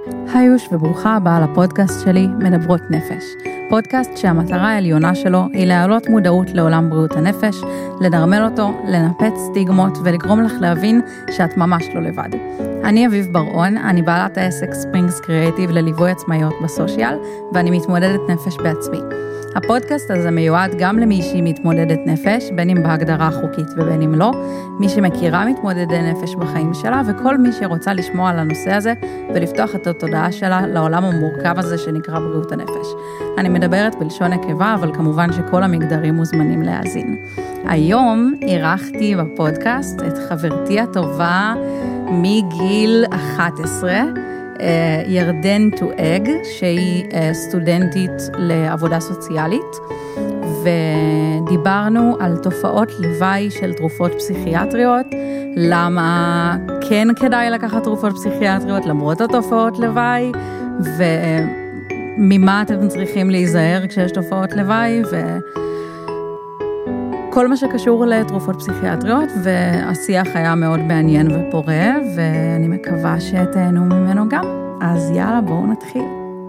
היוש וברוכה הבאה לפודקאסט שלי, מדברות נפש. פודקאסט שהמטרה העליונה שלו היא להעלות מודעות לעולם בריאות הנפש, לדרמל אותו, לנפץ סטיגמות ולגרום לך להבין שאת ממש לא לבד. אני אביב ברעון, אני בעלת העסק ספרינגס קריאייטיב לליווי עצמאיות בסושיאל, ואני מתמודדת נפש בעצמי. הפודקאסט הזה מיועד גם למי שהיא מתמודדת נפש, בין אם בהגדרה חוקית ובין אם לא, מי שמכירה מתמודדי נפש בחיים שלה, וכל מי שרוצה לשמוע על הנושא הזה ולפתוח את התודעה שלה לעולם המורכב הזה שנקרא בריאות הנפש. אני מדברת בלשון נקבה, אבל כמובן שכל המגדרים מוזמנים להאזין. היום אירחתי בפודקאסט את חברתי הטובה מגיל 11, ירדן טואג, שהיא סטודנטית לעבודה סוציאלית, ודיברנו על תופעות לוואי של תרופות פסיכיאטריות, למה כן כדאי לקחת תרופות פסיכיאטריות למרות התופעות לוואי, וממה אתם צריכים להיזהר כשיש תופעות לוואי, כל מה שקשור לתרופות פסיכיאטריות, והשיח היה מאוד מעניין ופורה, ואני מקווה שתהנו ממנו גם. אז יאללה, בואו נתחיל.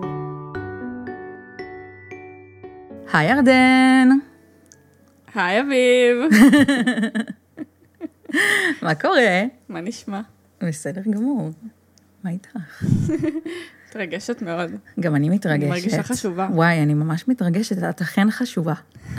היי ירדן. היי אביב. מה קורה? מה נשמע? בסדר גמור. מה איתך? מתרגשת מאוד. גם אני מתרגשת. אני מרגישה חשובה. וואי, אני ממש מתרגשת, את אכן חשובה.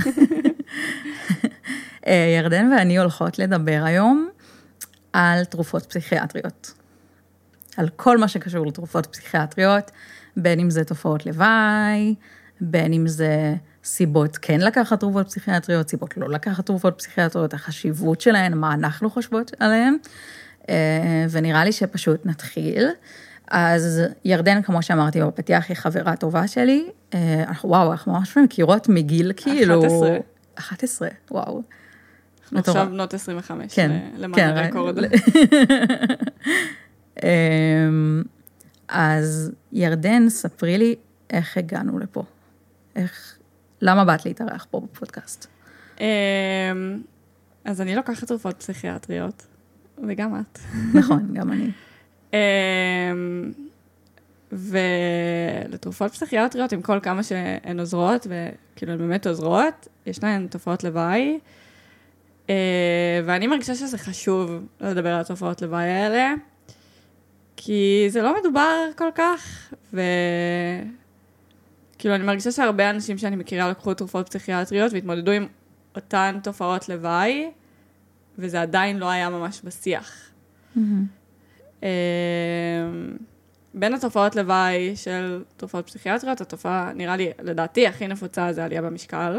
ירדן ואני הולכות לדבר היום על תרופות פסיכיאטריות. על כל מה שקשור לתרופות פסיכיאטריות, בין אם זה תופעות לוואי, בין אם זה סיבות כן לקחת תרופות פסיכיאטריות, סיבות לא לקחת תרופות פסיכיאטריות, החשיבות שלהן, מה אנחנו חושבות עליהן, ונראה לי שפשוט נתחיל. אז ירדן, כמו שאמרתי בפתיח, היא חברה טובה שלי, וואו, אנחנו ממש מכירות מגיל כאילו... 11, וואו. אנחנו עכשיו בנות 25, כן, למען הרקורד. אז ירדן, ספרי לי איך הגענו לפה. למה באת להתארח פה בפודקאסט? אז אני לוקחת תרופות פסיכיאטריות, וגם את. נכון, גם אני. ולתרופות פסיכיאטריות, עם כל כמה שהן עוזרות, וכאילו הן באמת עוזרות, יש להן תופעות לוואי, ואני מרגישה שזה חשוב לדבר על התופעות לוואי האלה, כי זה לא מדובר כל כך, וכאילו אני מרגישה שהרבה אנשים שאני מכירה לקחו תרופות פסיכיאטריות, והתמודדו עם אותן תופעות לוואי, וזה עדיין לא היה ממש בשיח. בין התופעות לוואי של תרופות פסיכיאטריות, התופעה, נראה לי, לדעתי, הכי נפוצה זה עלייה במשקל.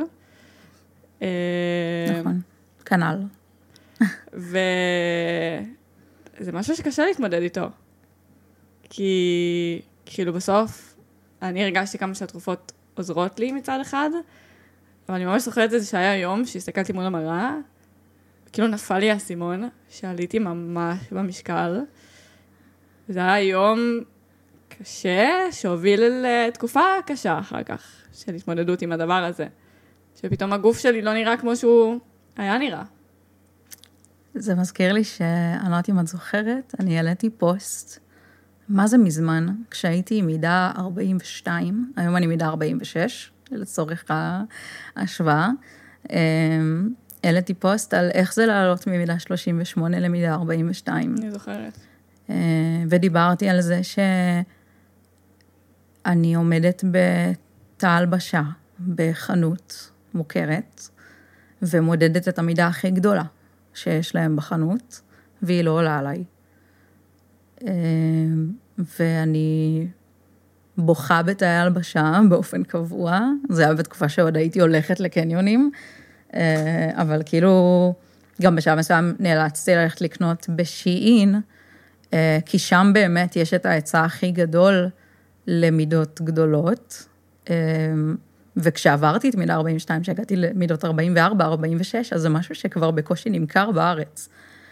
נכון, כנ"ל. וזה משהו שקשה להתמודד איתו. כי כאילו בסוף, אני הרגשתי כמה שהתרופות עוזרות לי מצד אחד, אבל אני ממש זוכרת את זה שהיה יום שהסתכלתי מול המראה, כאילו נפל לי האסימון, שעליתי ממש במשקל, וזה היה יום קשה, שהוביל לתקופה קשה אחר כך, של התמודדות עם הדבר הזה. שפתאום הגוף שלי לא נראה כמו שהוא היה נראה. זה מזכיר לי שאני לא יודעת אם את זוכרת, אני העליתי פוסט, מה זה מזמן, כשהייתי עם מידה 42, היום אני מידה 46, לצורך ההשוואה, העליתי פוסט על איך זה לעלות ממידה 38 למידה 42. אני זוכרת. ודיברתי על זה שאני עומדת בתא הלבשה, בחנות מוכרת, ומודדת את המידה הכי גדולה שיש להם בחנות, והיא לא עולה עליי. ואני בוכה בתאי הלבשה באופן קבוע, זה היה בתקופה שעוד הייתי הולכת לקניונים, אבל כאילו גם בשעה מסוים נאלצתי ללכת לקנות בשיעין, כי שם באמת יש את ההיצע הכי גדול למידות גדולות, וכשעברתי את מידה 42, שהגעתי למידות 44, 46, אז זה משהו שכבר בקושי נמכר בארץ.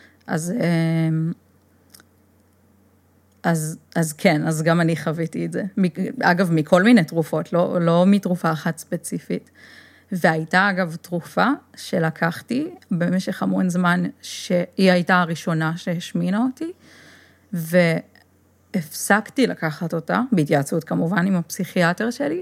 אז כן, אז גם אני חוויתי את זה. אגב, מכל מיני תרופות, לא מתרופה אחת ספציפית. והייתה אגב תרופה שלקחתי במשך המון זמן, שהיא הייתה הראשונה שהשמינה אותי, הפסקתי לקחת אותה, בהתייעצות כמובן עם הפסיכיאטר שלי,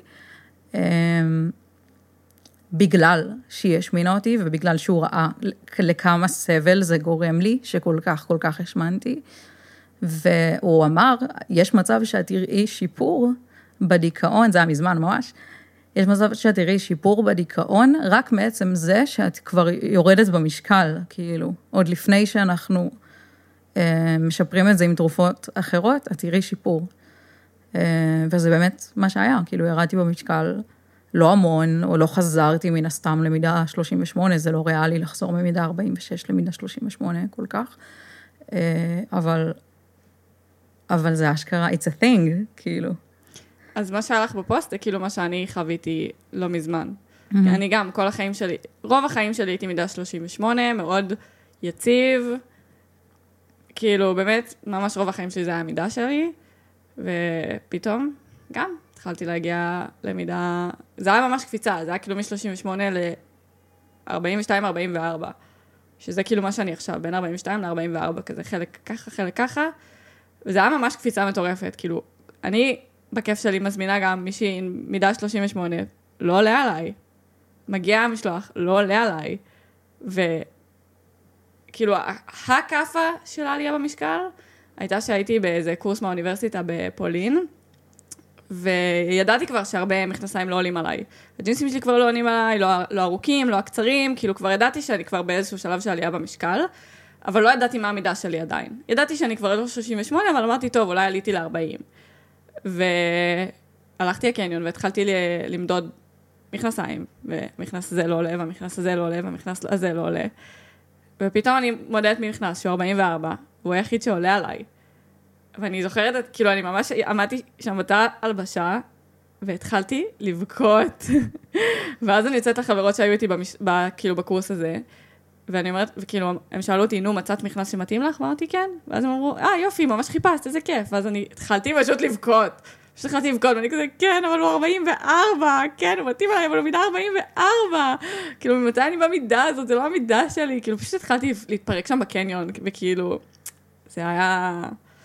בגלל שהיא השמינה אותי, ובגלל שהוא ראה לכמה סבל זה גורם לי, שכל כך השמנתי, והוא אמר, יש מצב שאת תראי שיפור בדיכאון, זה היה מזמן ממש, יש מצב שאת תראי שיפור בדיכאון, רק מעצם זה שאת כבר יורדת במשקל, כאילו, עוד לפני שאנחנו משפרים את זה עם תרופות אחרות, את תראי שיפור. וזה באמת מה שהיה, כאילו ירדתי במשקל לא המון, או לא חזרתי מן הסתם למידה 38, זה לא ריאלי לחזור ממידה 46 למידה 38 כל כך, אבל זה אשכרה, it's a thing, כאילו. אז מה שהלך בפוסט זה כאילו מה שאני חוויתי לא מזמן. כי אני גם, כל החיים שלי, רוב החיים שלי הייתי מידה 38, מאוד יציב, כאילו באמת, ממש רוב החיים שלי זה היה המידה שלי, ופתאום גם התחלתי להגיע למידה, זה היה ממש קפיצה, זה היה כאילו מ-38 ל-42-44, שזה כאילו מה שאני עכשיו, בין 42 ל-44, כזה חלק ככה, חלק ככה, וזה היה ממש קפיצה מטורפת, כאילו, אני בכיף שלי מזמינה גם מישהי עם מידה 38, לא עולה עליי, מגיע המשלוח, לא עולה עליי, וכאילו, הכאפה של העלייה במשקל, הייתה שהייתי באיזה קורס מהאוניברסיטה בפולין, וידעתי כבר שהרבה מכנסיים לא עולים עליי. הג'ינסים שלי כבר לא עולים עליי, לא ארוכים, לא הקצרים, כאילו כבר ידעתי שאני כבר באיזשהו שלב של עלייה במשקל, אבל לא ידעתי מה המידה שלי עדיין. ידעתי שאני כבר לא 38, אבל אמרתי, טוב, אולי עליתי ל-40. והלכתי לקניון והתחלתי למדוד מכנסיים, ומכנס הזה לא עולה, והמכנס הזה לא עולה, והמכנס הזה לא עולה. ופתאום אני מודדת ממכנס שהוא 44, והוא היחיד שעולה עליי. ואני זוכרת, כאילו אני ממש עמדתי שם בתא הלבשה, והתחלתי לבכות. ואז אני יוצאת לחברות שהיו איתי כאילו בקורס הזה, ואני אומרת, וכאילו, הם שאלו אותי, נו, מצאת מכנס שמתאים לך? ואמרתי, כן. ואז הם אמרו, יופי, ממש חיפשת, איזה כיף. ואז אני התחלתי פשוט לבכות. ואני כזה, כן, אבל הוא 44, כן, הוא מתאים עליי, אבל הוא מידה 44. כאילו, ממתי אני במידה הזאת? זה לא המידה שלי. כאילו, פשוט התחלתי להתפרק שם בקניון, וכאילו, זה היה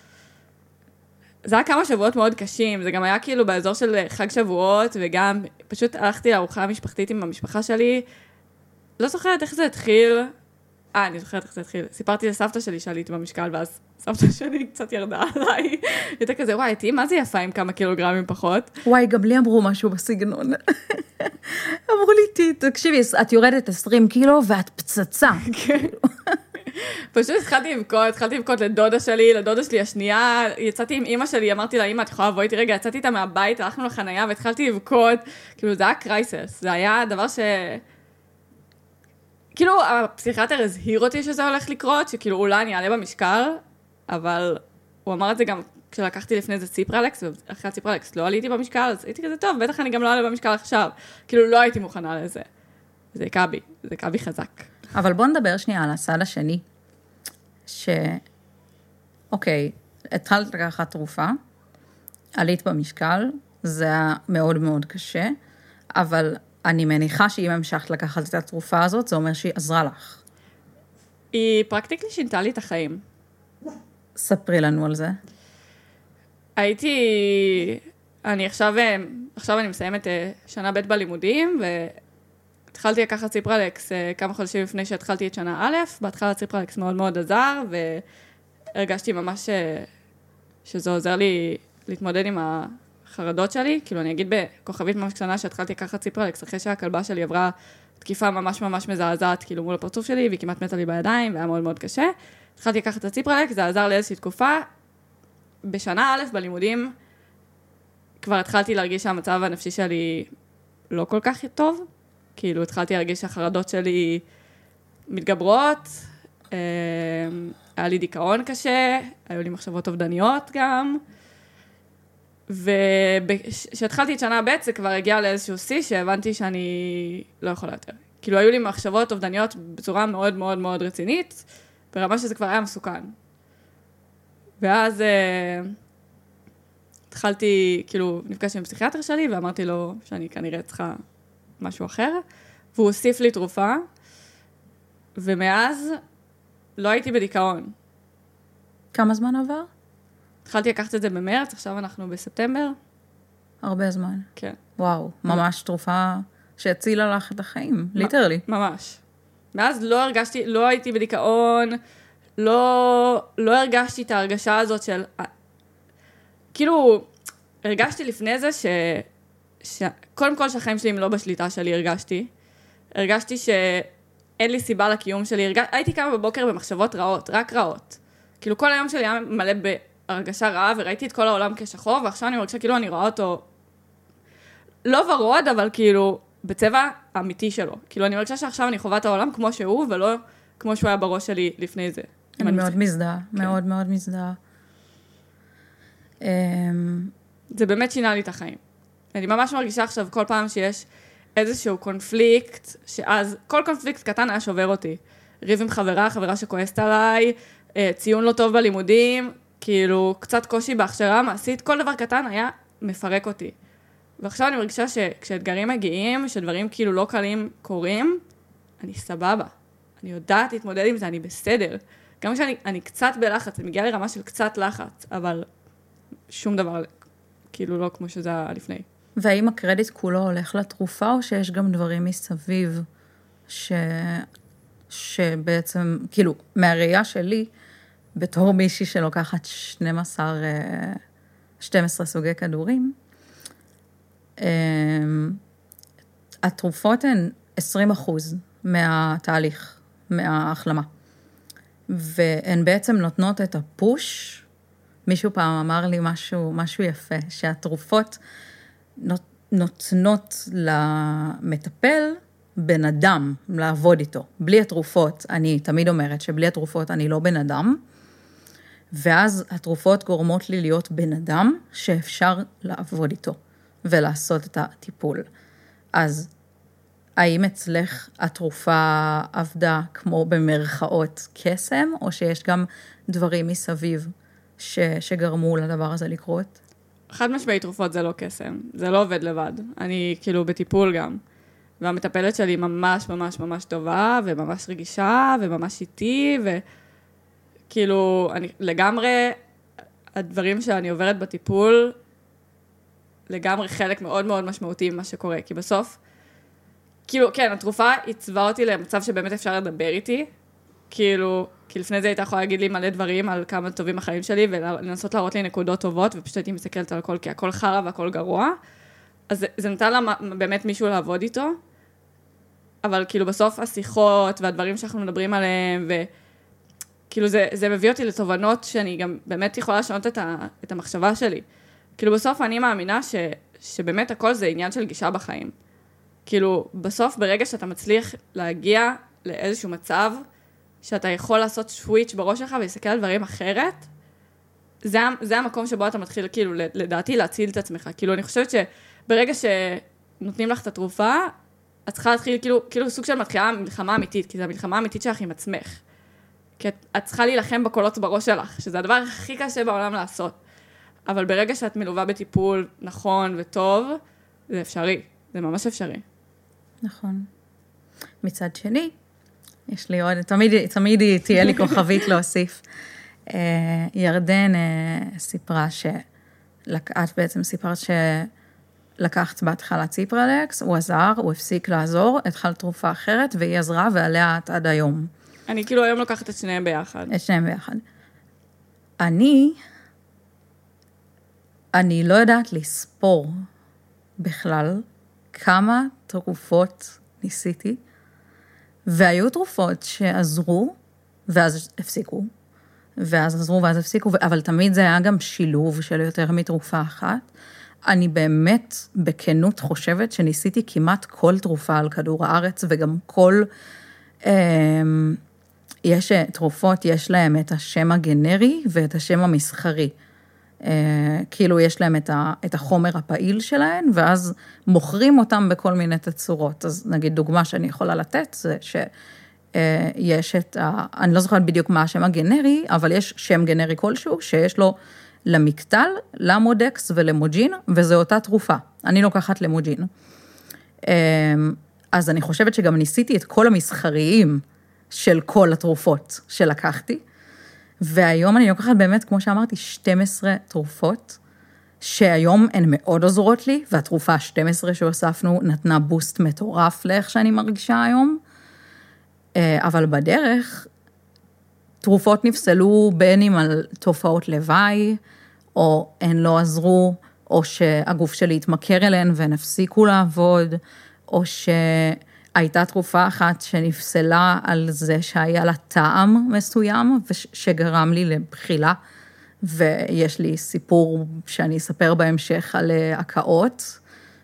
כמה שבועות מאוד קשים, זה גם היה כאילו באזור של חג שבועות, וגם פשוט הלכתי לארוחה משפחתית עם המשפחה שלי, לא זוכרת איך זה התחיל, אני זוכרת איך זה התחיל, סיפרתי לסבתא שלי שעליתי במשקל, ואז סבתא שלי קצת ירדה עליי, הייתה כזה, וואי, הייתי, מה זה יפה עם כמה קילוגרמים פחות? וואי, גם לי אמרו משהו בסגנון. אמרו לי, תקשיבי, את יורדת 20 קילו ואת פצצה. פשוט התחלתי לבכות לדודה שלי השנייה, יצאתי עם אמא שלי, אמרתי לה, אמא, את יכולה לבוא איתי רגע, יצאתי איתה מהבית, הלכנו לחנייה והתחלתי לבכות, כאילו זה היה קרייסס, זה היה דבר כאילו הפסיכיאטר הזהיר אותי שזה הולך לקרות, שכאילו אולי אני אעלה במשקל, אבל הוא אמר את זה גם כשלקחתי לפני זה ציפרלקס, ואחרי הציפרלקס לא עליתי במשקל, אז הייתי כזה טוב, בטח אני גם לא אעלה במשקל עכשיו, כאילו לא הייתי מוכנה לזה, זה הכה בי חזק. אבל בוא נדבר שנייה על הצד השני, אוקיי, התחלת לקחת תרופה, עלית במשקל, זה היה מאוד מאוד קשה, אבל אני מניחה שאם המשכת לקחת את התרופה הזאת, זה אומר שהיא עזרה לך. היא פרקטיקלי שינתה לי את החיים. ספרי לנו על זה. אני עכשיו אני מסיימת שנה ב' בלימודים, התחלתי לקחת ציפרלקס כמה חודשים לפני שהתחלתי את שנה א', בהתחלה ציפרלקס מאוד מאוד עזר, והרגשתי ממש שזה עוזר לי להתמודד עם החרדות שלי, כאילו אני אגיד בכוכבית ממש קטנה שהתחלתי לקחת ציפרלקס, אחרי שהכלבה שלי עברה תקיפה ממש ממש מזעזעת, כאילו מול הפרצוף שלי, והיא כמעט מתה לי בידיים, והיה מאוד מאוד קשה. התחלתי לקחת את הציפרלקס, זה עזר לאיזושהי תקופה. בשנה א' בלימודים, כבר התחלתי להרגיש שהמצב הנפשי שלי לא כל כך טוב, כאילו התחלתי להרגיש שהחרדות שלי מתגברות, היה לי דיכאון קשה, היו לי מחשבות אובדניות גם, וכשהתחלתי את שנה ב' זה כבר הגיע לאיזשהו שיא שהבנתי שאני לא יכולה יותר. כאילו היו לי מחשבות אובדניות בצורה מאוד מאוד מאוד רצינית, ברמה שזה כבר היה מסוכן. ואז התחלתי, כאילו נפגשתי עם פסיכיאטר שלי ואמרתי לו שאני כנראה צריכה משהו אחר, והוא הוסיף לי תרופה, ומאז לא הייתי בדיכאון. כמה זמן עבר? התחלתי לקחת את זה במרץ, עכשיו אנחנו בספטמבר. הרבה זמן. כן. וואו, ממש תרופה שהצילה לך את החיים, ליטרלי. ממש. ואז לא הרגשתי, לא הייתי בדיכאון, לא הרגשתי את ההרגשה הזאת של... כאילו, הרגשתי לפני זה קודם כל שהחיים שלי הם לא בשליטה שלי, הרגשתי שאין לי סיבה לקיום שלי, הייתי קמה בבוקר במחשבות רעות, רק רעות. כאילו כל היום שלי היה מלא בהרגשה רעה, וראיתי את כל העולם כשחור, ועכשיו אני מרגישה כאילו אני רואה אותו לא ורוד, אבל כאילו בצבע אמיתי שלו. כאילו אני מרגישה שעכשיו אני חווה את העולם כמו שהוא, ולא כמו שהוא היה בראש שלי לפני זה. אני מאוד מזדהה, מאוד מאוד מזדהה. זה באמת שינה לי את החיים. אני ממש מרגישה עכשיו כל פעם שיש איזשהו קונפליקט, שאז כל קונפליקט קטן היה שובר אותי. ריב עם חברה שכועסת עליי, ציון לא טוב בלימודים, כאילו קצת קושי בהכשרה מעשית, כל דבר קטן היה מפרק אותי. ועכשיו אני מרגישה שכשאתגרים מגיעים, שדברים כאילו לא קלים קורים, אני סבבה. אני יודעת להתמודד עם זה, אני בסדר. גם כשאני קצת בלחץ, אני מגיעה לרמה של קצת לחץ, אבל שום דבר כאילו לא כמו שזה היה לפני. והאם הקרדיט כולו הולך לתרופה, או שיש גם דברים מסביב שבעצם, כאילו, מהראייה שלי, בתור מישהי שלוקחת 12 סוגי כדורים, התרופות הן 20% מהתהליך, מההחלמה. והן בעצם נותנות את הפוש. מישהו פעם אמר לי משהו יפה, שהתרופות נותנות למטפל בן אדם לעבוד איתו. בלי התרופות, אני תמיד אומרת שבלי התרופות אני לא בן אדם, ואז התרופות גורמות לי להיות בן אדם שאפשר לעבוד איתו ולעשות את הטיפול. אז האם אצלך התרופה עבדה כמו במרכאות קסם, או שיש גם דברים מסביב שגרמו לדבר הזה לקרות? חד משמעית תרופות זה לא קסם, זה לא עובד לבד. אני כאילו בטיפול גם. והמטפלת שלי ממש ממש ממש טובה, וממש רגישה, וממש איתי, וכאילו, אני לגמרי, הדברים שאני עוברת בטיפול, לגמרי חלק מאוד מאוד משמעותי ממה שקורה, כי בסוף, כאילו, כן, התרופה הצבעה אותי למצב שבאמת אפשר לדבר איתי, כאילו, כי לפני זה הייתה יכולה להגיד לי מלא דברים על כמה טובים החיים שלי, ולנסות להראות לי נקודות טובות, ופשוט הייתי מסתכלת על הכל, כי הכל חרא והכל גרוע, אז זה נתן לה באמת מישהו לעבוד איתו, אבל כאילו בסוף השיחות והדברים שאנחנו מדברים עליהם, וכאילו זה מביא אותי לתובנות שאני גם באמת יכולה לשנות את המחשבה שלי. כאילו בסוף אני מאמינה שבאמת הכל זה עניין של גישה בחיים. כאילו בסוף ברגע שאתה מצליח להגיע לאיזשהו מצב, שאתה יכול לעשות שוויץ' בראש שלך ולהסתכל על דברים אחרת, זה המקום שבו אתה מתחיל כאילו לדעתי להציל את עצמך. כאילו אני חושבת שברגע שנותנים לך את התרופה, את צריכה להתחיל כאילו סוג של מתחילה מלחמה אמיתית, כי זו המלחמה האמיתית שלך עם עצמך. כי את צריכה להילחם בקולות בראש שלך, שזה הדבר הכי קשה בעולם לעשות. אבל ברגע שאת מלווה בטיפול נכון וטוב, זה אפשרי, זה ממש אפשרי. נכון. מצד שני, יש לי עוד, תמיד תהיה לי כוכבית להוסיף. ירדן סיפרה את בעצם סיפרת שלקחת בהתחלה ציפרלקס, הוא עזר, הוא הפסיק לעזור, התחלת תרופה אחרת, והיא עזרה ועליה את עד היום. אני כאילו היום לוקחת את שניהם ביחד. את שניהם ביחד. אני לא יודעת לספור בכלל כמה תרופות ניסיתי, והיו תרופות שעזרו, ואז הפסיקו, ואז עזרו ואז הפסיקו, אבל תמיד זה היה גם שילוב של יותר מתרופה אחת. אני באמת בכנות חושבת שניסיתי כמעט כל תרופה על כדור הארץ, וגם כל, יש תרופות, יש להם את השם הגנרי ואת השם המסחרי. כאילו יש להם את החומר הפעיל שלהם, ואז מוכרים אותם בכל מיני תצורות. אז נגיד דוגמה שאני יכולה לתת, זה שיש אני לא זוכרת בדיוק מה השם הגנרי, אבל יש שם גנרי כלשהו, שיש לו למקטל, למודקס ולמוג'ין, וזו אותה תרופה. אני לוקחת למוג'ין. אז אני חושבת שגם ניסיתי את כל המסחריים של כל התרופות שלקחתי, והיום אני לוקחת באמת, כמו שאמרתי, 12 תרופות, שהיום הן מאוד עוזרות לי, והתרופה ה-12 שהוספנו נתנה בוסט מטורף לאיך שאני מרגישה היום, אבל בדרך, תרופות נפסלו בין אם על תופעות לוואי, או הן לא עזרו, או שהגוף שלי התמכר אליהן והן הפסיקו לעבוד, או שהייתה תרופה אחת שנפסלה על זה שהיה לה טעם מסוים, שגרם לי לבחילה, ויש לי סיפור שאני אספר בהמשך על הקאות,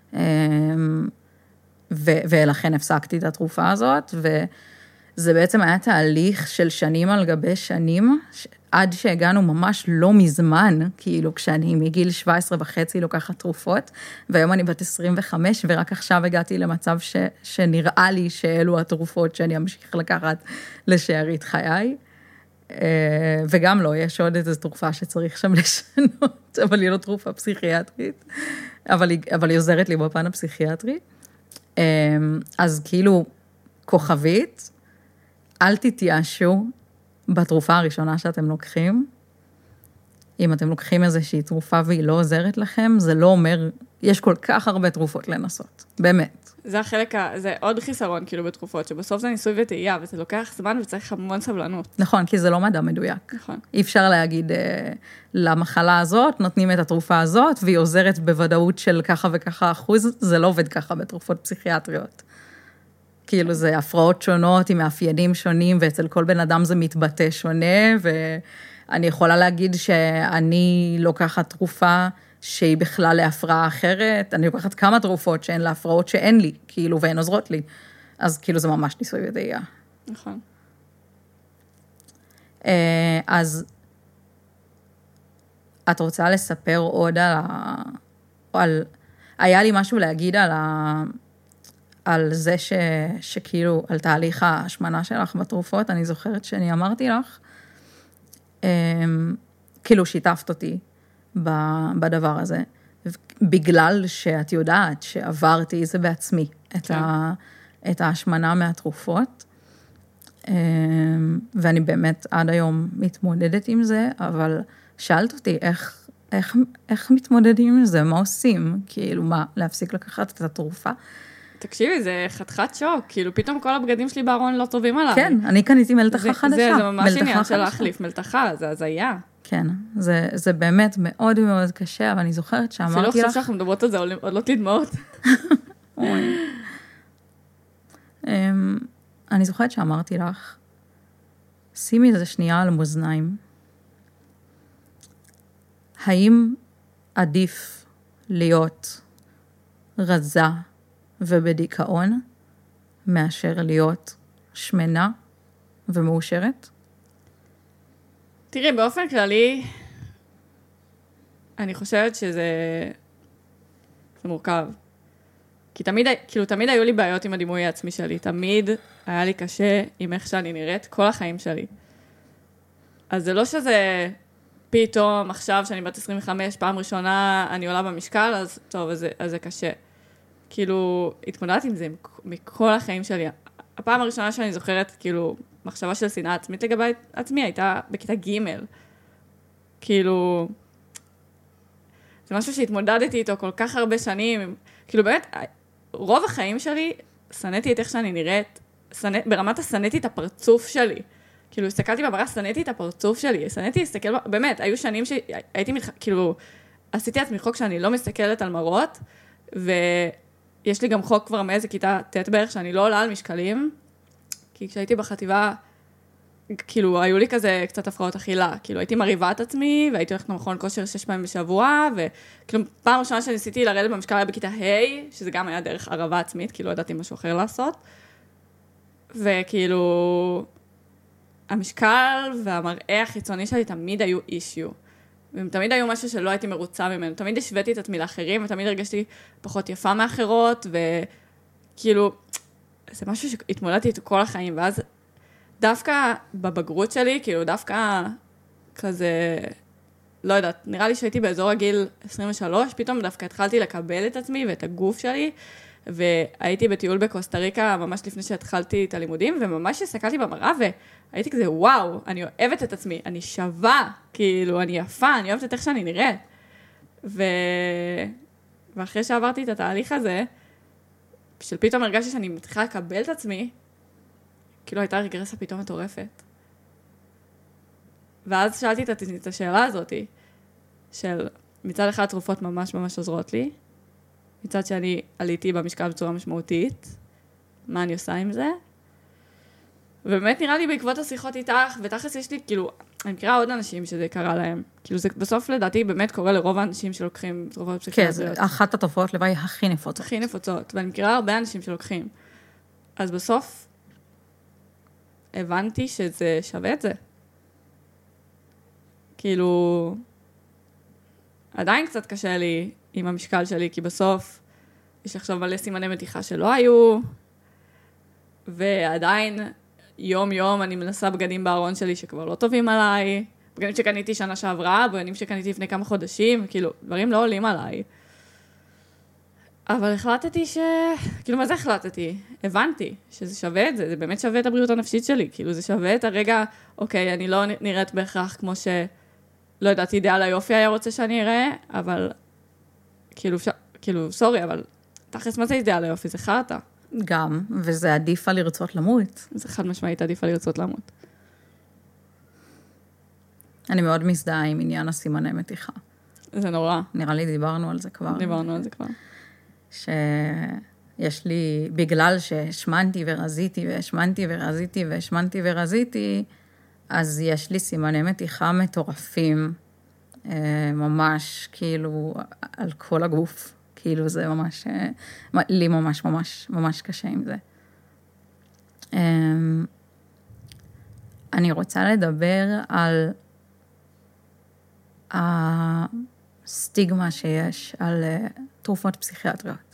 ולכן הפסקתי את התרופה הזאת, וזה בעצם היה תהליך של שנים על גבי שנים, עד שהגענו ממש לא מזמן, כאילו כשאני מגיל 17.5 לוקחת תרופות, והיום אני בת 25, ורק עכשיו הגעתי למצב שנראה לי שאלו התרופות שאני אמשיך לקחת לשארית חיי. וגם לא, יש עוד איזו תרופה שצריך שם לשנות, אבל היא לא תרופה פסיכיאטרית, אבל היא עוזרת לי בפן הפסיכיאטרי. אז כאילו, כוכבית, אל תתייאשו בתרופה הראשונה שאתם לוקחים. אם אתם לוקחים איזושהי תרופה והיא לא עוזרת לכם, זה לא אומר, יש כל כך הרבה תרופות לנסות, באמת. זה החלק, זה עוד חיסרון כאילו בתרופות, שבסוף זה ניסוי וטעייה, וזה לוקח זמן וצריך המון סבלנות. נכון, כי זה לא מדע מדויק. נכון. אי אפשר להגיד, למחלה הזאת, נותנים את התרופה הזאת, והיא עוזרת בוודאות של ככה וככה אחוז, זה לא עובד ככה בתרופות פסיכיאטריות. כאילו זה הפרעות שונות, עם מאפיינים שונים, ואצל כל בן אדם זה מתבטא שונה, ואני יכולה להגיד שאני לוקחת תרופה שהיא בכלל להפרעה אחרת, אני לוקחת כמה תרופות שהן להפרעות שאין לי, כאילו, והן עוזרות לי. אז כאילו זה ממש ניסוי וטעייה. נכון. אז את רוצה לספר עוד היה לי משהו להגיד על זה שכאילו, על תהליך ההשמנה שלך בתרופות, אני זוכרת שאני אמרתי לך, כאילו שיתפת אותי בדבר הזה, בגלל שאת יודעת שעברתי זה בעצמי, את ההשמנה מהתרופות, ואני באמת עד היום מתמודדת עם זה, אבל שאלת אותי איך מתמודדים עם זה, מה עושים, כאילו מה, להפסיק לקחת את התרופה, תקשיבי, זה חתיכת שוק, כאילו פתאום כל הבגדים שלי בארון לא טובים עליי. כן, אני קניתי מלתחה חדשה. זה ממש עניין של להחליף מלתחה, זה הזיה. כן, זה באמת מאוד מאוד קשה, אבל אני זוכרת שאמרתי לך... אפילו עכשיו שאנחנו מדברות על זה, עולות לי דמעות. אני זוכרת שאמרתי לך, שימי איזה שנייה על מאזניים. האם עדיף להיות רזה ובדיכאון, מאשר להיות שמנה ומאושרת? תראי, באופן כללי, אני חושבת שזה מורכב. כי תמיד היו לי בעיות עם הדימוי העצמי שלי. תמיד היה לי קשה עם איך שאני נראית כל החיים שלי. אז זה לא שזה פתאום עכשיו שאני בת 25, פעם ראשונה אני עולה במשקל, אז טוב, אז זה קשה. כאילו, התמודדתי עם זה מכל החיים שלי. הפעם הראשונה שאני זוכרת, כאילו, מחשבה של שנאה עצמית לגבי עצמי, הייתה בכיתה ג'. כאילו, זה משהו שהתמודדתי איתו כל כך הרבה שנים. כאילו, באמת, רוב החיים שלי, שנאתי את איך שאני נראית, ברמת השנאתי את הפרצוף שלי. כאילו, הסתכלתי במראה, שנאתי את הפרצוף שלי. שנאתי להסתכל, באמת, היו שנים שהייתי, כאילו, עשיתי עצמי חוק שאני לא מסתכלת על מראות, יש לי גם חוק כבר מאיזה כיתה ט' בערך, שאני לא עולה על משקלים, כי כשהייתי בחטיבה, כאילו, היו לי כזה קצת הפרעות אכילה, כאילו, הייתי מריבה את עצמי, והייתי הולכת למכון כושר 6 פעמים בשבוע, וכאילו, פעם ראשונה שניסיתי לרדת במשקל היה בכיתה ה', שזה גם היה דרך ערבה עצמית, כאילו, ידעתי משהו אחר לעשות, וכאילו, המשקל והמראה החיצוני שלי תמיד היו אישיו, והם תמיד היו משהו שלא הייתי מרוצה ממנו, תמיד השוויתי את עצמי לאחרים, ותמיד הרגשתי פחות יפה מאחרות, וכאילו, זה משהו שהתמודדתי איתו כל החיים, ואז דווקא בבגרות שלי, כאילו דווקא כזה, לא יודעת, נראה לי שהייתי באזור הגיל 23, פתאום דווקא התחלתי לקבל את עצמי ואת הגוף שלי, והייתי בטיול בקוסטה ריקה ממש לפני שהתחלתי את הלימודים, וממש הסתכלתי במראה, והייתי כזה, וואו, אני אוהבת את עצמי, אני שווה, כאילו, אני יפה, אני אוהבת את איך שאני נראית. ואחרי שעברתי את התהליך הזה, של פתאום הרגשתי שאני מתחילה לקבל את עצמי, כאילו הייתה רגרסיה פתאום מטורפת. ואז שאלתי את השאלה הזאת, של מצד אחד תרופות ממש ממש עוזרות לי, מצד שאני עליתי במשקל בצורה משמעותית, מה אני עושה עם זה? ובאמת נראה לי בעקבות השיחות איתך, ותכלס יש לי, כאילו, אני מכירה עוד אנשים שזה קרה להם. כאילו זה בסוף לדעתי באמת קורה לרוב האנשים שלוקחים תרופות פסיכיאטריות. כן, אחת התופעות לוואי הכי נפוצות. הכי נפוצות, ואני מכירה הרבה אנשים שלוקחים. אז בסוף הבנתי שזה שווה את זה. כאילו, עדיין קצת קשה לי עם המשקל שלי, כי בסוף יש עכשיו מלא סימני מתיחה שלא היו, ועדיין יום יום אני מנסה בגדים בארון שלי שכבר לא טובים עליי, בגדים שקניתי שנה שעברה, בגדים שקניתי לפני כמה חודשים, כאילו, דברים לא עולים עליי. אבל החלטתי כאילו, מה זה החלטתי? הבנתי שזה שווה את זה, זה באמת שווה את הבריאות הנפשית שלי, כאילו, זה שווה את הרגע, אוקיי, אני לא נראית בהכרח כמו לא יודעת, אידאל היופי היה רוצה שאני אראה, אבל, כאילו, סורי, אבל תכלס מה זה אידאל היופי? זה חרטה. גם, וזה עדיף על לרצות למות. זה חד משמעית עדיף על לרצות למות. אני מאוד מזדהה עם עניין הסימני מתיחה. זה נורא. נראה לי דיברנו על זה כבר. דיברנו על זה כבר. שיש לי, בגלל שהשמנתי ורזיתי, והשמנתי ורזיתי, והשמנתי ורזיתי, אז יש לי סימני מתיחה מטורפים, ממש, כאילו, על כל הגוף. כאילו זה ממש, לי ממש ממש ממש קשה עם זה. אני רוצה לדבר על הסטיגמה שיש על תרופות פסיכיאטריות.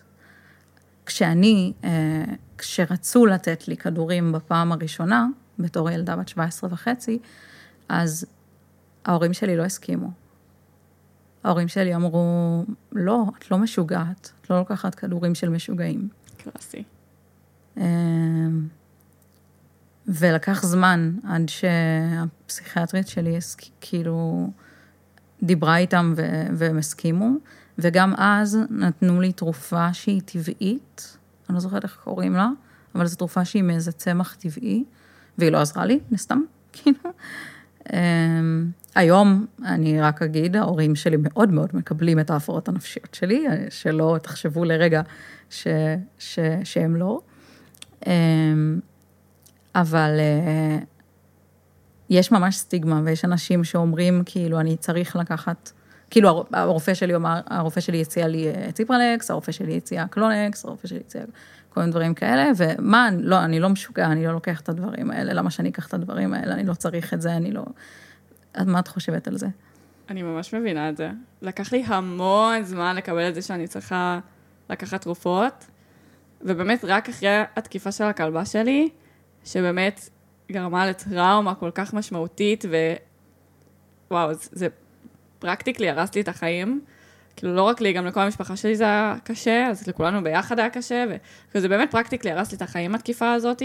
כשרצו לתת לי כדורים בפעם הראשונה, בתור ילדה בת 17.5, אז ההורים שלי לא הסכימו. ההורים שלי אמרו, לא, את לא משוגעת, את לא לוקחת כדורים של משוגעים. קלאסי. ולקח זמן עד שהפסיכיאטרית שלי כאילו דיברה איתם והם הסכימו, וגם אז נתנו לי תרופה שהיא טבעית, אני לא זוכרת איך קוראים לה, אבל זו תרופה שהיא מאיזה צמח טבעי, והיא לא עזרה לי, נסתם, כאילו. היום, אני רק אגיד, ההורים שלי מאוד מאוד מקבלים את ההפרעות הנפשיות שלי, שלא תחשבו לרגע שהם לא. אבל יש ממש סטיגמה, ויש אנשים שאומרים, כאילו, אני צריך לקחת, כאילו, הרופא שלי הציע לי ציפרלקס, הרופא שלי הציע קלונקס, הרופא שלי הציע כל מיני דברים כאלה, ומה, לא, אני לא משוגע, אני לא לוקח את הדברים האלה, למה שאני אקח את הדברים האלה, אני לא צריך את זה, אני לא... מה את חושבת על זה? אני ממש מבינה את זה. לקח לי המון זמן לקבל את זה שאני צריכה לקחת תרופות, ובאמת רק אחרי התקיפה של הכלבה שלי, שבאמת גרמה לטראומה כל כך משמעותית, ווואו, זה פרקטיקלי הרס לי את החיים, כאילו לא רק לי, גם לכל המשפחה שלי זה היה קשה, אז לכולנו ביחד היה קשה, וזה באמת פרקטיקלי הרס לי את החיים התקיפה הזאת.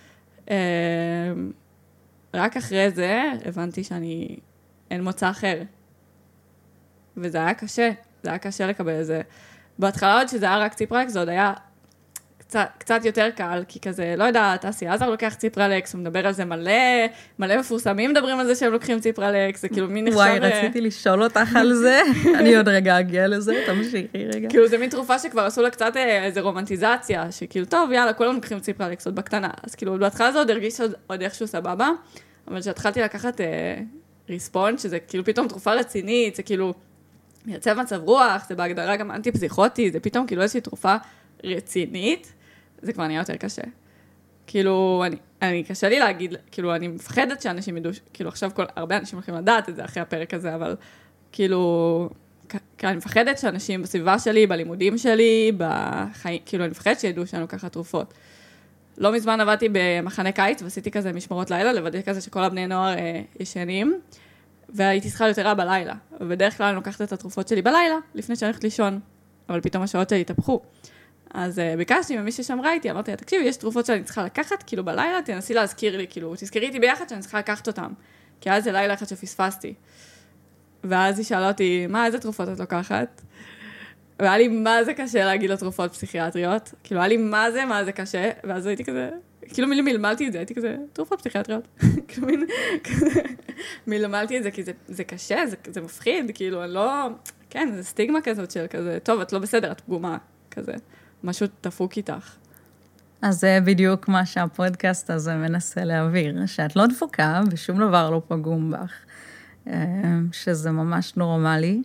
רק אחרי זה הבנתי אין מוצא אחר. וזה היה קשה, זה היה קשה לקבל את זה. בהתחלה עוד שזה היה רק ציפרלקס, זה עוד היה קצת יותר קל, כי כזה, לא יודעת, אסי עזר לוקח ציפרלקס, הוא מדבר על זה מלא מפורסמים מדברים על זה שהם לוקחים ציפרלקס, זה כאילו מין נחשב... וואי, רציתי לשאול אותך על זה, אני עוד רגע אגיע לזה, תמשיכי רגע. כאילו זה מין תרופה שכבר עשו לה קצת איזו רומנטיזציה, שכאילו טוב, יאללה, כולם לוקחים ציפרלקס עוד בקטנה, אז כאילו בהתחלה זה עוד הרגיש עוד איכשהו סבבה, אבל כשהתחלתי לקחת ריספונד, שזה כאילו פתאום תרופה רצינית, זה כאילו מייצב מצב רוח, זה בהגדרה גם אנטי-פסיכוטי, זה פתאום כאילו איזושהי תרופה רצינית, זה כבר נהיה יותר קשה. כאילו, אני קשה לי להגיד, כאילו, אני מפחדת שאנשים ידעו, כאילו, עכשיו הרבה אנשים הולכים לדעת את זה אחרי הפרק הזה, אבל כאילו, אני מפחדת שאנשים בסביבה שלי, בלימודים שלי, בחיים, כאילו, אני מפחדת שידעו שאני לוקחת תרופות. לא מזמן עבדתי במחנה קיץ, ועשיתי כזה משמרות לילה, לוודא כזה שכל הבני נוער ישנים, והייתי צריכה יותר רע בלילה. ובדרך כלל אני לוקחת את התרופות שלי בלילה, לפני שאני הולכת לישון, אבל פתאום השעות שלי התהפכו. אז ביקשתי ממי ששמרה איתי, אמרתי לה, תקשיבי, יש תרופות שאני צריכה לקחת, כאילו בלילה, תנסי להזכיר לי, כאילו, תזכרי איתי ביחד שאני צריכה לקחת אותם. כי אז זה לילה אחד שפספסתי. ואז היא שאלה אותי, איזה תרופות את לוקחת? והיה לי מה זה קשה להגיד לו תרופות פסיכיאטריות. כאילו, היה לי מה זה קשה, ואז הייתי כזה, כאילו מלמלתי את זה, הייתי כזה, תרופות פסיכיאטריות. כאילו מין, כזה, מלמלתי את זה, כי זה קשה, זה מפחיד, כאילו, אני לא, כן, זה סטיגמה כזאת של כזה, טוב, את לא בסדר, את פגומה, כזה, משהו תפוק איתך. אז זה בדיוק מה שהפודקאסט הזה מנסה להעביר, שאת לא דפוקה ושום דבר לא פגום בך, שזה ממש נורמלי.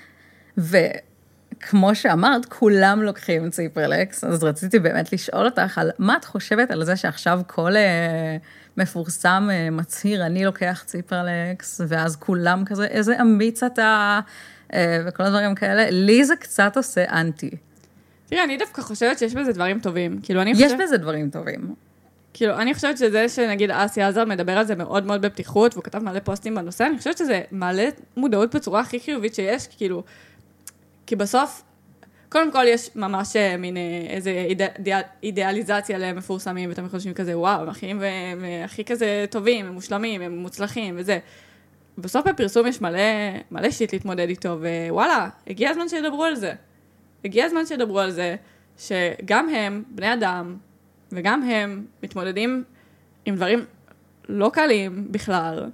וכמו שאמרת, כולם לוקחים ציפרלקס, אז רציתי באמת לשאול אותך על מה את חושבת על זה שעכשיו כל מפורסם מצהיר, אני לוקח ציפרלקס, ואז כולם כזה, איזה אמיץ אתה, וכל הדברים כאלה. לי זה קצת עושה אנטי. תראה, אני דווקא חושבת שיש בזה דברים טובים. כאילו, יש בזה דברים טובים. כאילו, אני חושבת שזה שנגיד אסי עזר מדבר על זה מאוד מאוד בפתיחות, והוא כתב מלא פוסטים בנושא, אני חושבת שזה מעלה מודעות בצורה הכי חיובית שיש, כאילו, כי בסוף, קודם כל יש ממש מין איזה אידיאליזציה למפורסמים, ואתם חושבים כזה, וואו, הם הכי כזה טובים, הם מושלמים, הם מוצלחים, וזה. בסוף בפרסום יש מלא שיט להתמודד איתו, ווואלה, הגיע הזמן שידברו על זה. הגיע הזמן שידברו על זה, שגם הם, בני אדם, וגם הם מתמודדים עם דברים לא קלים בכלל.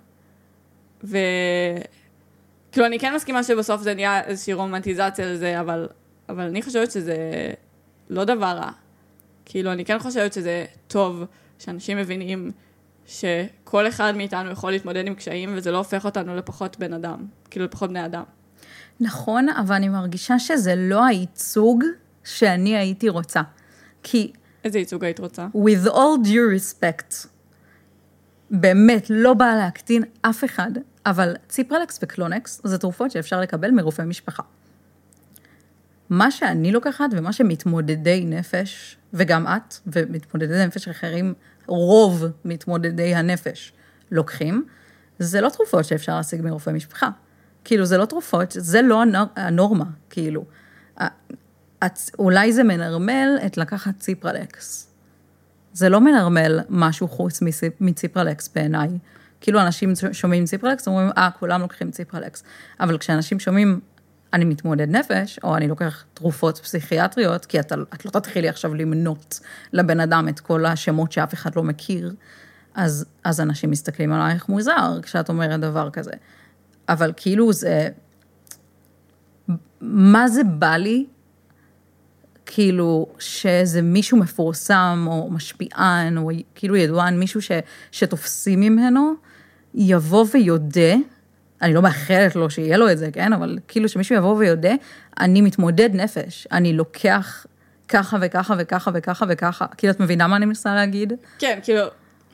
וכאילו, אני כן מסכימה שבסוף זה נהיה איזושהי רומנטיזציה לזה, אבל אני חושבת שזה לא דבר רע. כאילו, אני כן חושבת שזה טוב שאנשים מבינים שכל אחד מאיתנו יכול להתמודד עם קשיים, וזה לא הופך אותנו לפחות בן אדם, כאילו לפחות בני אדם. נכון, אבל אני מרגישה שזה לא הייצוג שאני הייתי רוצה. כי... איזה ייצוג היית רוצה? With all due respect, באמת לא באה להקטין אף אחד, אבל ציפרלקס וקלונקס זה תרופות שאפשר לקבל מרופא משפחה. מה שאני לוקחת ומה שמתמודדי נפש, וגם את ומתמודדי נפש אחרים, רוב מתמודדי הנפש לוקחים, זה לא תרופות שאפשר להשיג מרופא משפחה. כאילו, זה לא תרופות, זה לא הנורמה, כאילו. אולי זה מנרמל את לקחת ציפרלקס. זה לא מנרמל משהו חוץ מציפרלקס בעיניי. כאילו, אנשים שומעים ציפרלקס, אומרים, כולם לוקחים ציפרלקס. אבל כשאנשים שומעים, אני מתמודד נפש, או אני לוקח תרופות פסיכיאטריות, כי את לא תתחילי עכשיו למנות לבן אדם את כל השמות שאף אחד לא מכיר, אז אנשים מסתכלים עלייך מוזר, כשאת אומרת דבר כזה. אבל כאילו זה, מה זה בא לי? כאילו שזה מישהו מפורסם או משפיען או כאילו ידוען, מישהו שתופסים ממנו, יבוא ויודע, אני לא מאחלת לו שיהיה לו את זה, כן? אבל כאילו שמישהו יבוא ויודע, אני מתמודד נפש, אני לוקח ככה וככה וככה וככה וככה, כאילו את מבינה מה אני מנסה להגיד? כן, כאילו,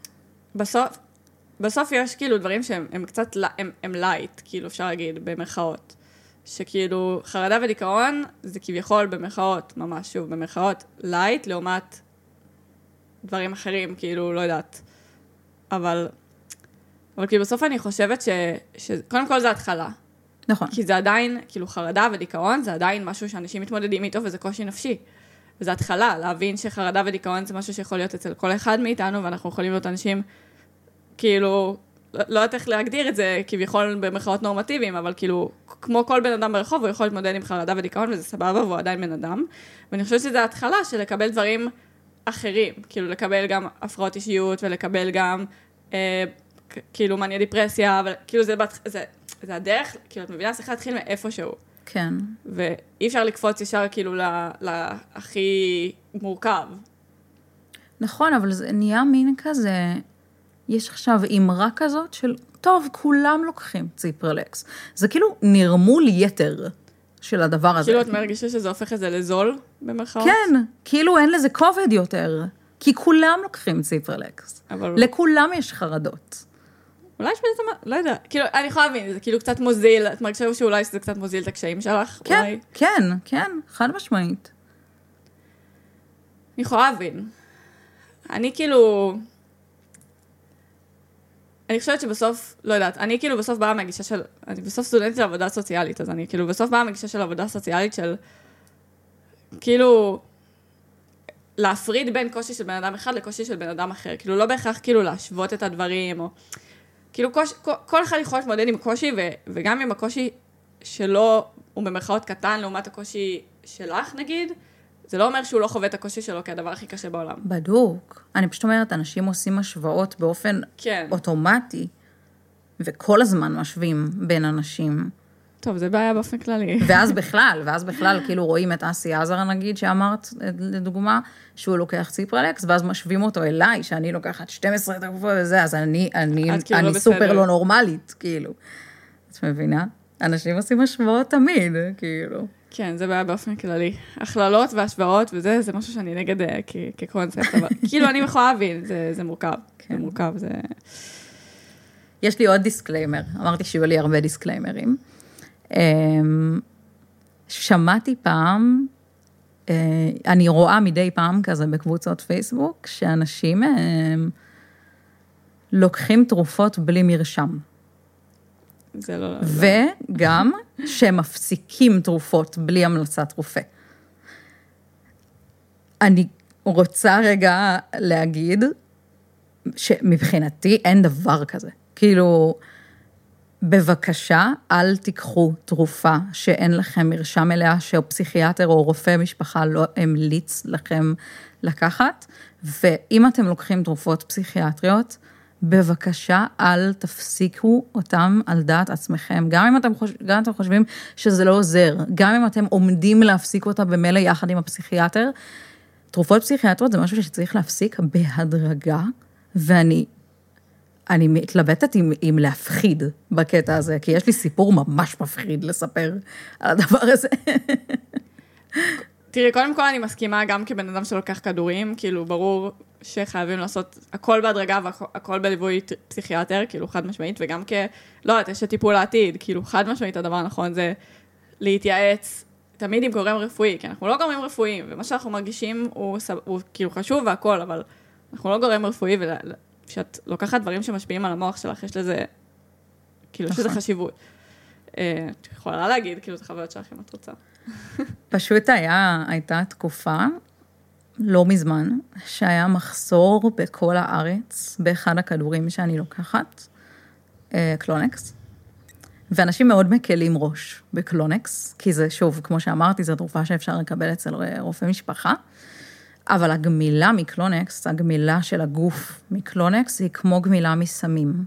בסוף יש כאילו דברים שהם קצת, הם לייט, כאילו אפשר להגיד, במרכאות. שכאילו חרדה ודיכאון זה כביכול במרכאות, ממש שוב, במרכאות לייט, לעומת דברים אחרים, כאילו, לא יודעת. אבל כאילו בסוף אני חושבת שקודם כל זה התחלה. נכון. כי זה עדיין, כאילו חרדה ודיכאון, זה עדיין משהו שאנשים מתמודדים איתו, וזה קושי נפשי. וזה התחלה, להבין שחרדה ודיכאון זה משהו שיכול להיות אצל כל אחד מאיתנו, ואנחנו יכולים להיות אנשים, כאילו, לא יודעת איך להגדיר את זה, כביכול במרכאות נורמטיביים, אבל כאילו, כמו כל בן אדם ברחוב, הוא יכול להתמודד עם חרדה ודיכאון, וזה סבבה, והוא עדיין בן אדם. ואני חושבת שזה התחלה של לקבל דברים אחרים, כאילו לקבל גם הפרעות אישיות, ולקבל גם, כאילו, מניה דיפרסיה, אבל כאילו זה הדרך, כאילו, את מבינה, צריך להתחיל מאיפשהו. כן. ואי אפשר לקפוץ ישר כאילו להכי מורכב. נכון, אבל זה נהיה מין כזה, יש עכשיו אמרה כזאת של, טוב, כולם לוקחים ציפרלקס. זה כאילו נרמול יתר של הדבר הזה. כאילו את מרגישה שזה הופך את זה לזול במרכאות? כן, כאילו אין לזה כובד יותר, כי כולם לוקחים ציפרלקס. לכולם יש חרדות. אולי יש בזה, לא יודע, כאילו, אני יכולה להבין, זה כאילו קצת מוזיל, את מרגישה שאולי זה קצת מוזיל את הקשיים שלך? כן, אולי? כן, חד משמעית. אני יכולה להבין. אני כאילו, אני חושבת שבסוף, לא יודעת, אני כאילו בסוף באה מהגישה של, אני בסוף סטודנטית של עבודה סוציאלית, אז אני כאילו בסוף באה מהגישה של עבודה סוציאלית של, כאילו, להפריד בין קושי של בן אדם אחד לקושי של בן אדם אחר. כאילו, לא בהכרח כאילו להשוות את הדברים, או... כאילו, כל אחד יכול להתמודד עם קושי, וגם עם הקושי שלו, הוא במרכאות קטן, לעומת הקושי שלך, נגיד, זה לא אומר שהוא לא חווה את הקושי שלו כהדבר הכי קשה בעולם. בדוק. אני פשוט אומרת, אנשים עושים השוואות באופן אוטומטי, וכל הזמן משווים בין אנשים. טוב, זה בעיה באופן כללי. ואז בכלל, כאילו רואים את אסי עזר, נגיד, שאמרת, לדוגמה, שהוא לוקח ציפרלקס, ואז משווים אותו אליי, שאני לוקחת 12 תקופות וזה, אז אני סופר לא נורמלית, כאילו. את מבינה? אנשים עושים השוואות תמיד, כאילו. כן, זה בעיה באופן כללי. הכללות והשוואות וזה, זה משהו שאני נגד כקונספט, אבל כאילו אני יכולה להבין, זה מורכב. זה מורכב, זה... יש לי עוד דיסקליימר, אמרתי שיהיו לי הרבה דיסקליימרים. שמעתי פעם, אני רואה מדי פעם כזה בקבוצות פייסבוק, שאנשים לוקחים תרופות בלי מרשם. זה לא... וגם שמפסיקים תרופות בלי המלצת רופא. אני רוצה רגע להגיד שמבחינתי אין דבר כזה. כאילו, בבקשה, אל תיקחו תרופה שאין לכם מרשם אליה, שפסיכיאטר או רופא משפחה לא המליץ לכם לקחת, ואם אתם לוקחים תרופות פסיכיאטריות, בבקשה, אל תפסיקו אותם על דעת עצמכם, גם אם אתם חושבים שזה לא עוזר, גם אם אתם עומדים להפסיק אותה במילא יחד עם הפסיכיאטר, תרופות פסיכיאטריות זה משהו שצריך להפסיק בהדרגה, ואני מתלבטת עם להפחיד בקטע הזה, כי יש לי סיפור ממש מפחיד לספר על הדבר הזה. תראי, קודם כל אני מסכימה גם כבן אדם שלוקח כדורים, כאילו ברור שחייבים לעשות הכל בהדרגה והכל בליווי פסיכיאטר, כאילו חד משמעית, וגם לא יודעת, יש טיפול לעתיד, כאילו חד משמעית הדבר הנכון זה להתייעץ תמיד עם גורם רפואי, כי אנחנו לא גורמים רפואיים, ומה שאנחנו מרגישים הוא כאילו חשוב והכל, אבל אנחנו לא גורם רפואי, כשאת לוקחת דברים שמשפיעים על המוח שלך, יש לזה, כאילו, יש לזה חשיבות. את יכולה להגיד, כאילו, את החוויות שלך, אם את רוצה. פשוט הייתה תקופה, לא מזמן, שהיה מחסור בכל הארץ, באחד הכדורים שאני לוקחת, קלונקס, ואנשים מאוד מקלים ראש בקלונקס, כי זה, שוב, כמו שאמרתי, זו תרופה שאפשר לקבל אצל רופא משפחה, אבל הגמילה מקלונקס, הגמילה של הגוף מקלונקס, היא כמו גמילה מסמים.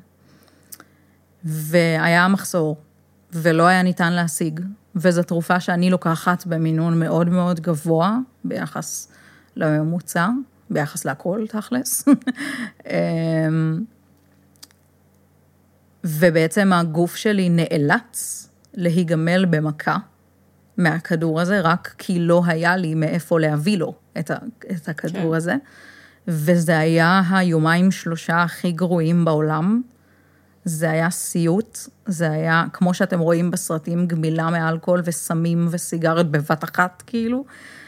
והיה מחסור, ולא היה ניתן להשיג. וזו תרופה שאני לוקחת במינון מאוד מאוד גבוה, ביחס לממוצע, ביחס להכל תכלס. ובעצם הגוף שלי נאלץ להיגמל במכה מהכדור הזה, רק כי לא היה לי מאיפה להביא לו את הכדור הזה. וזה היה היומיים 3 הכי גרועים בעולם. זה היה סיוט, זה היה, כמו שאתם רואים בסרטים, גמילה מאלכוהול וסמים וסיגרת בבת אחת, כאילו.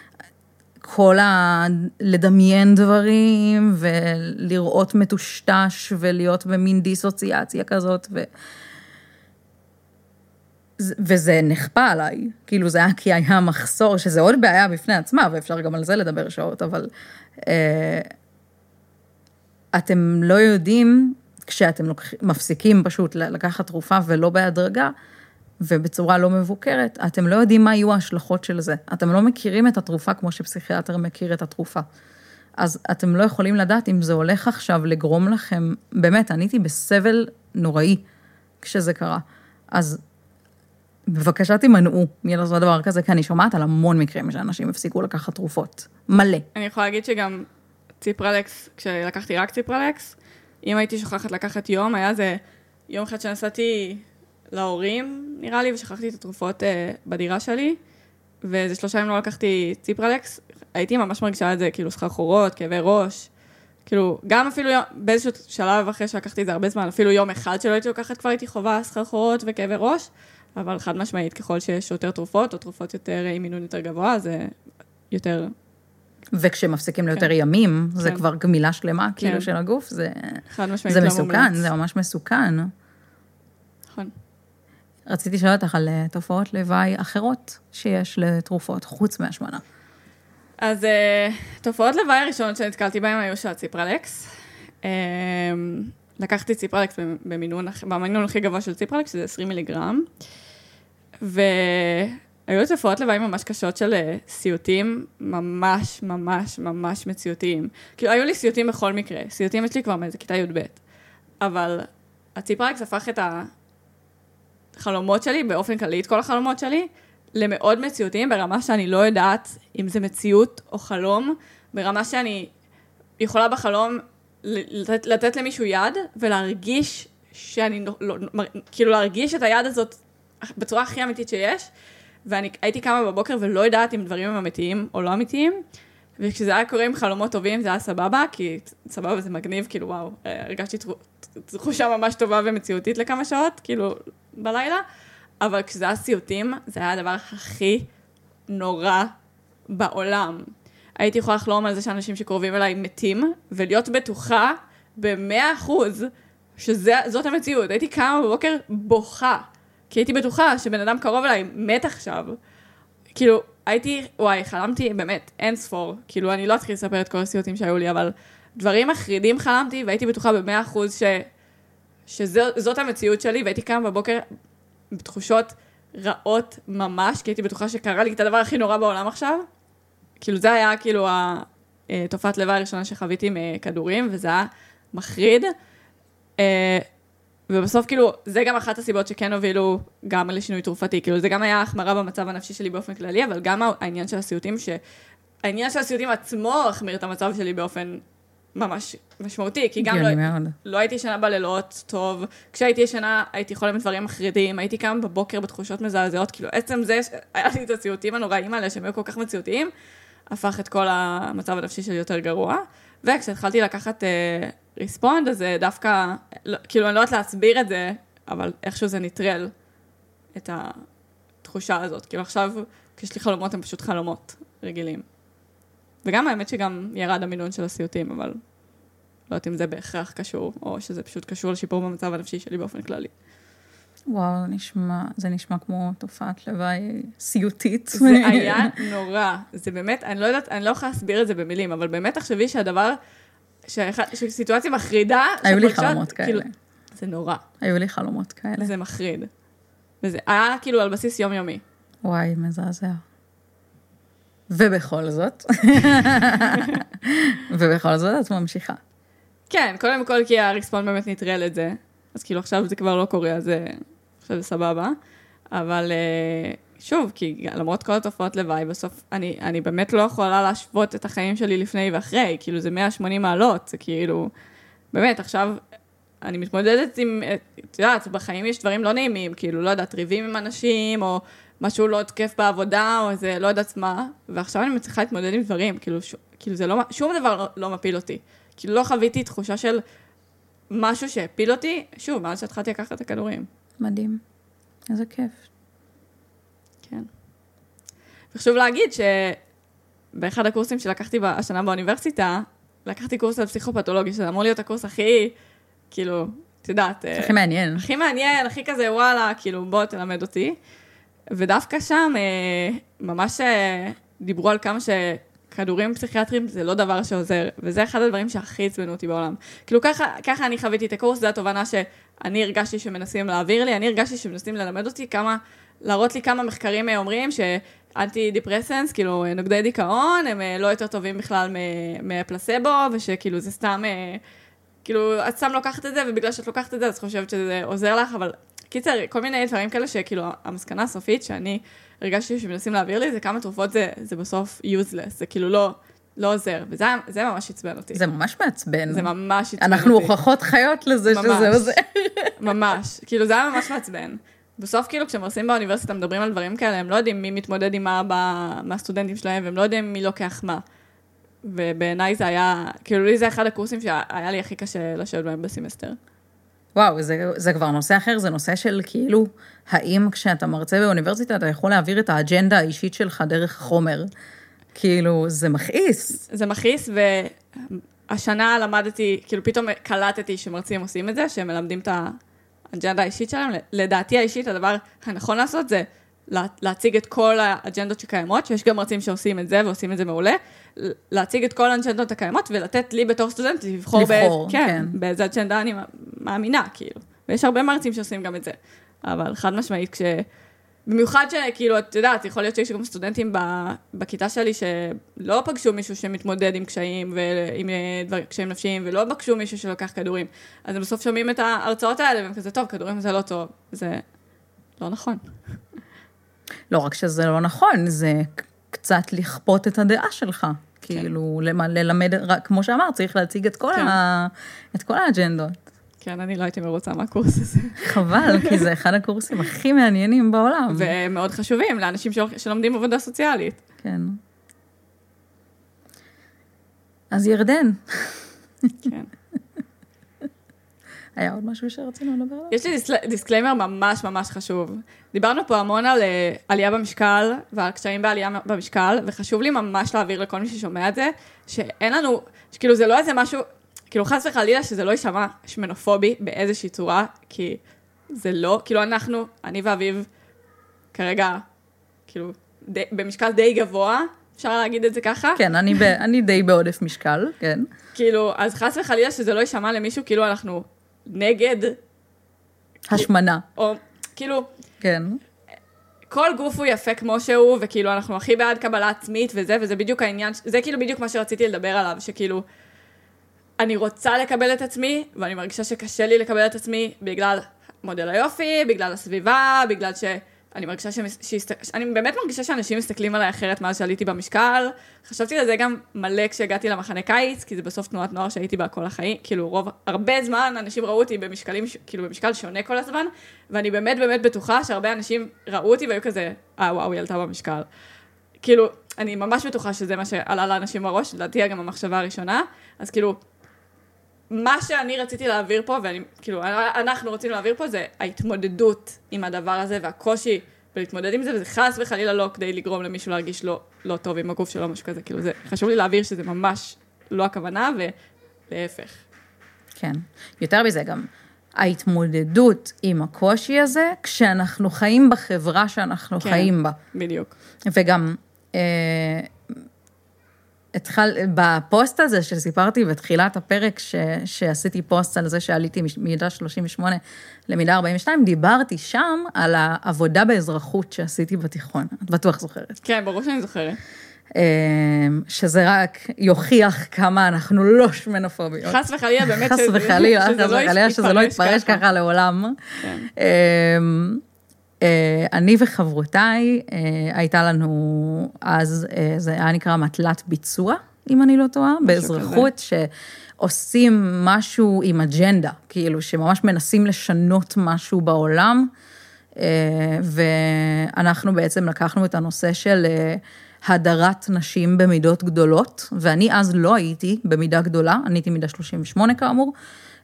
לדמיין דברים, ולראות מטושטש, ולהיות במין דיסוציאציה כזאת, וזה נכפה עליי, כאילו זה היה כי היה מחסור, שזה עוד בעיה בפני עצמה, ואפשר גם על זה לדבר שעות, אבל אתם לא יודעים, כשאתם מפסיקים פשוט לקחת תרופה ולא בהדרגה, ובצורה לא מבוקרת, אתם לא יודעים מה יהיו ההשלכות של זה. אתם לא מכירים את התרופה כמו שפסיכיאטר מכיר את התרופה. אז אתם לא יכולים לדעת אם זה הולך עכשיו לגרום לכם, באמת, אני הייתי בסבל נוראי כשזה קרה. אז בבקשה תימנעו מלעשות דבר כזה, כי אני שומעת על המון מקרים שאנשים הפסיקו לקחת תרופות. מלא. אני יכולה להגיד שגם ציפרלקס, כשלקחתי רק ציפרלקס, אם הייתי שוכחת לקחת יום, היה זה יום אחד שנסעתי להורים, נראה לי, ושכחתי את התרופות בדירה שלי, ואיזה 3 ימים לא לקחתי ציפרלקס, הייתי ממש מרגישה את זה, כאילו סחרחורות, כאבי ראש, כאילו, גם אפילו באיזשהו שלב אחרי שלקחתי את זה הרבה זמן, אפילו יום אחד שלא הייתי לוקחת, כבר הייתי חובה סחרחורות וכאבי ראש, אבל חד משמעית, ככל שיש יותר תרופות, או תרופות יותר עם מינון יותר גבוה, זה יותר... וכשמפסיקים ליותר ימים, זה כבר גמילה שלמה, כאילו של הגוף, זה מסוכן, זה ממש מסוכן. נכון. רציתי לשאול אותך על תופעות לוואי אחרות שיש לתרופות, חוץ מהשמנה. אז תופעות לוואי הראשונות שנתקלתי בהן היו של הציפרלקס. לקחתי ציפרלקס במינון הכי גבוה של ציפרלקס, שזה 20 מיליגרם. והיו תופעות לוואי ממש קשות של סיוטים, ממש ממש ממש מציאותיים. כאילו, היו לי סיוטים בכל מקרה. סיוטים יש לי כבר מאיזה כיתה י"ב. אבל הציפרלקס הפך את החלומות שלי, באופן כללי, את כל החלומות שלי, למאוד מציאותיים, ברמה שאני לא יודעת אם זה מציאות או חלום, ברמה שאני יכולה בחלום לתת למישהו יד, ולהרגיש שאני כאילו להרגיש את היד הזאת בצורה הכי אמיתית שיש, ואני הייתי קמה בבוקר ולא יודעת אם דברים הם אמיתיים או לא אמיתיים, וכשזה היה קורה עם חלומות טובים זה היה סבבה, כי סבבה זה מגניב, כאילו וואו, הרגשתי תחושה ממש טובה ומציאותית לכמה שעות, כאילו בלילה, אבל כשזה היה סיוטים, זה היה הדבר הכי נורא בעולם. הייתי יכולה לחלום על זה שאנשים שקרובים אליי מתים, ולהיות בטוחה ב100% שזאת המציאות. הייתי קמה בבוקר בוכה, כי הייתי בטוחה שבן אדם קרוב אליי מת עכשיו. כאילו, חלמתי באמת אין ספור. כאילו, אני לא אתחיל לספר את כל הסיוטים שהיו לי, אבל דברים מחרידים חלמתי, והייתי בטוחה ב100% שזאת המציאות שלי, והייתי קמה בבוקר בתחושות רעות ממש, כי הייתי בטוחה שקרה לי את הדבר הכי נורא בעולם עכשיו. כאילו זה היה כאילו התופעת לוואי הראשונה שחוויתי מכדורים, וזה היה מחריד. ובסוף כאילו, זה גם אחת הסיבות שכן הובילו גם לשינוי תרופתי. כאילו זה גם היה החמרה במצב הנפשי שלי באופן כללי, אבל גם העניין של הסיוטים, העניין של הסיוטים עצמו החמיר את המצב שלי באופן ממש משמעותי, כי גם לא הייתי ישנה בלילות טוב, כשהייתי ישנה הייתי חולמת דברים מחרידים, הייתי קמה בבוקר בתחושות מזעזעות, כאילו עצם זה היה לי את הציוטים הנוראים האלה שהם היו כל כך מציאותיים, הפך את כל המצב הנפשי שלי יותר גרוע, וכשהתחלתי לקחת ריספונד, אז דווקא, כאילו אני לא יודעת להסביר את זה, אבל איכשהו זה נטרל את התחושה הזאת, כאילו עכשיו כשיש לי חלומות הם פשוט חלומות רגילים. וגם האמת שגם ירד המינון של הסיוטים, אבל לא יודעת אם זה בהכרח קשור, או שזה פשוט קשור לשיפור במצב הנפשי שלי באופן כללי. וואו, זה נשמע כמו תופעת לוואי סיוטית. זה היה נורא. זה באמת, אני לא יודעת, אני לא יכולה להסביר את זה במילים, אבל באמת תחשבי שהדבר, שסיטואציה מחרידה, היו לי חלומות כאלה. זה נורא. היו לי חלומות כאלה. זה מחריד. וזה היה כאילו על בסיס יומיומי. וואי, מזעזע. ובכל זאת, את ממשיכה. כן, קודם כל כי הריספונד באמת נטרל את זה, אז כאילו עכשיו זה כבר לא קורה, אז עכשיו זה סבבה, אבל שוב, כי למרות כל התופעות לוואי, בסוף אני באמת לא יכולה להשוות את החיים שלי לפני ואחרי, כאילו זה 180 מעלות, זה כאילו, באמת, עכשיו אני מתמודדת עם, את יודעת, בחיים יש דברים לא נעימים, כאילו, לא יודעת, ריבים עם אנשים, או משהו לא תקף בעבודה, או איזה לא יודעת מה, ועכשיו אני מצליחה להתמודד עם דברים, כאילו זה לא, שום דבר לא מפיל אותי. כאילו לא חוויתי תחושה של משהו שהפיל אותי, שוב, מאז שהתחלתי לקחת את הכדורים. מדהים. איזה כיף. כן. וחשוב להגיד שבאחד הקורסים שלקחתי השנה באוניברסיטה, לקחתי קורס על פסיכופתולוגיה, שזה אמור להיות הקורס הכי, כאילו, את יודעת, הכי מעניין. הכי מעניין, הכי כזה, וואלה, כאילו, בוא תלמד אותי. ודווקא שם ממש דיברו על כמה שכדורים פסיכיאטריים זה לא דבר שעוזר, וזה אחד הדברים שהכי עצבנו אותי בעולם. כאילו ככה אני חוויתי את הקורס, זו התובנה שאני הרגשתי שמנסים להעביר לי, אני הרגשתי שמנסים ללמד אותי להראות לי כמה מחקרים אומרים שאנטי דיפרסנס, כאילו נוגדי דיכאון, הם לא יותר טובים בכלל מפלסבו, ושכאילו זה סתם, כאילו את סתם לוקחת את זה, ובגלל שאת לוקחת את זה, אז חושבת שזה עוזר לך, אבל קיצר, כל מיני דברים כאלה שכאילו המסקנה הסופית שאני הרגשתי שמנסים להעביר לי, זה כמה תרופות זה בסוף useless, זה כאילו לא עוזר, וזה ממש עצבן אותי. זה ממש מעצבן. זה ממש עצבן אותי. אנחנו הוכחות חיות לזה שזה עוזר. ממש, כאילו זה היה ממש מעצבן. בסוף כאילו כשמרצים באוניברסיטה מדברים על דברים כאלה, הם לא יודעים מי מתמודד עם מה מהסטודנטים שלהם, והם לא יודעים מי לוקח מה. ובעיניי זה היה, כאילו לי זה אחד הקורסים שהיה לי הכי קשה לשבת בהם בסמסטר. וואו, זה כבר נושא אחר, זה נושא של כאילו, האם כשאתה מרצה באוניברסיטה, אתה יכול להעביר את האג'נדה האישית שלך דרך חומר. כאילו, זה מכעיס. זה מכעיס, והשנה למדתי, כאילו פתאום קלטתי שמרצים עושים את זה, שהם מלמדים את האג'נדה האישית שלהם. לדעתי האישית, הדבר הנכון לעשות זה להציג את כל האג'נדות שקיימות, שיש גם מרצים שעושים את זה, ועושים את זה מעולה, להציג את כל האג'נדות הקיימות, ולתת לי בתור סטודנט לבחור באיזה אג'נדה אני מאמינה, כאילו. ויש הרבה מרצים שעושים גם את זה. אבל חד משמעית, במיוחד שכאילו, את יודעת, יכול להיות שיש גם סטודנטים בכיתה שלי שלא פגשו מישהו שמתמודד עם קשיים ועם קשיים נפשיים, ולא פגשו מישהו שלוקח כדורים. אז הם בסוף שומעים את ההרצאות האלה, והם כזה, טוב, כדורים זה לא טוב. זה לא נכון. לא רק שזה לא נכון, זה קצת לכפות את הדעה שלך. כאילו, ללמד, כמו שאמר, צריך להציג את כל האג'נדות. כן, אני לא הייתי מרוצה מהקורס הזה. חבל, כי זה אחד הקורסים הכי מעניינים בעולם. ומאוד חשובים לאנשים שלומדים עבודה סוציאלית. כן. אז ירדן. כן. היה עוד משהו שרצינו לדבר עליו? יש לי דיסקליימר ממש ממש חשוב. דיברנו פה המון על עלייה במשקל, ועל קשיים בעלייה במשקל, וחשוב לי ממש להעביר לכל מי ששומע את זה, שאין לנו, שכאילו זה לא איזה משהו, כאילו חס וחלילה שזה לא יישמע שמנופובי באיזושהי צורה, כי זה לא, כאילו אני ואביב, כרגע, כאילו, במשקל די גבוה, אפשר להגיד את זה ככה? כן, אני די בעודף משקל, כן. כאילו, אז חס וחלילה שזה לא יישמע למישהו, כאילו אנחנו נגד... השמנה. או, כאילו... כן. כל גוף הוא יפה כמו שהוא, וכאילו אנחנו הכי בעד קבלה עצמית וזה בדיוק העניין, זה כאילו בדיוק מה שרציתי לדבר עליו, שכאילו, אני רוצה לקבל את עצמי, ואני מרגישה שקשה לי לקבל את עצמי, בגלל מודל היופי, בגלל הסביבה, בגלל שאני מרגישה אני באמת מרגישה שאנשים מסתכלים עליי אחרת מאז שעליתי במשקל, חשבתי על זה גם מלא כשהגעתי למחנה קיץ, כי זה בסוף תנועת נוער שהייתי בה כל החיים, כאילו הרבה זמן אנשים ראו אותי במשקלים, כאילו במשקל שונה כל הזמן, ואני באמת באמת בטוחה שהרבה אנשים ראו אותי והיו כזה, וואו, היא עלתה במשקל. כאילו, אני ממש בטוחה שזה מה שעלה לאנשים בראש, לדעתי גם המחשבה הראשונה, אז כאילו, מה שאני רציתי להעביר פה, אנחנו רצינו להעביר פה, זה ההתמודדות עם הדבר הזה, והקושי בלהתמודד עם זה, וזה חס וחלילה לא כדי לגרום למישהו להרגיש לא טוב עם הגוף שלו, משהו כזה, כאילו זה חשוב לי להעביר שזה ממש לא הכוונה, ולהפך. כן, יותר בזה גם, ההתמודדות עם הקושי הזה, כשאנחנו חיים בחברה שאנחנו חיים בה. בדיוק. וגם, בפוסט הזה שסיפרתי בתחילת הפרק, שעשיתי פוסט על זה שעליתי מידה 38 למידה 42, דיברתי שם על העבודה באזרחות שעשיתי בתיכון. את בטוח זוכרת. כן, ברור שאני זוכרת. שזה רק יוכיח כמה אנחנו לא שמנופוביות. חס וחלילה, באמת חס וחלילה, שזה לא יתפרש ככה לעולם. אני וחברותיי, הייתה לנו אז, זה היה נקרא מטלת ביצוע, אם אני לא טועה, באזרחות, שעושים משהו עם אג'נדה, כאילו שממש מנסים לשנות משהו בעולם, ואנחנו בעצם לקחנו את הנושא של הדרת נשים במידות גדולות, ואני אז לא הייתי במידה גדולה, אני הייתי מידה 38 כאמור,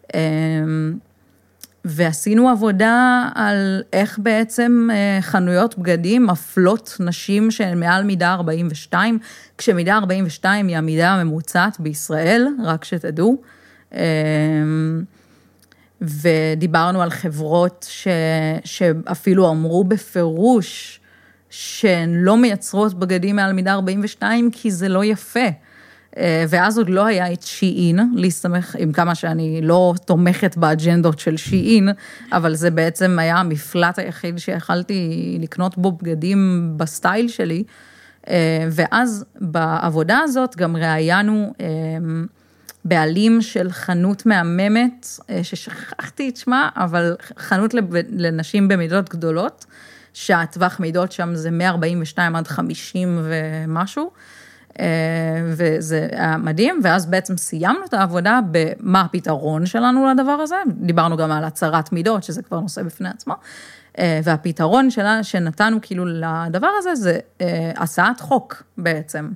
ועשינו עבודה על איך בעצם חנויות בגדים מפלות נשים שהן מעל מידה 42, כשמידה 42 היא המידה הממוצעת בישראל, רק שתדעו. ודיברנו על חברות שאפילו אמרו בפירוש שהן לא מייצרות בגדים מעל מידה 42 כי זה לא יפה. ואז עוד לא היה את שיעין, להסתמך עם כמה שאני לא תומכת באג'נדות של שיעין, אבל זה בעצם היה המפלט היחיד שיכלתי לקנות בו בגדים בסטייל שלי, ואז בעבודה הזאת גם ראיינו בעלים של חנות מהממת, ששכחתי את שמה, אבל חנות לנשים במידות גדולות, שהטווח מידות שם זה 142 עד 50 ומשהו, וזה היה מדהים, ואז בעצם סיימנו את העבודה במה הפתרון שלנו לדבר הזה, דיברנו גם על הצהרת מידות, שזה כבר נושא בפני עצמו, והפתרון שנתנו כאילו לדבר הזה, זה הצעת חוק בעצם,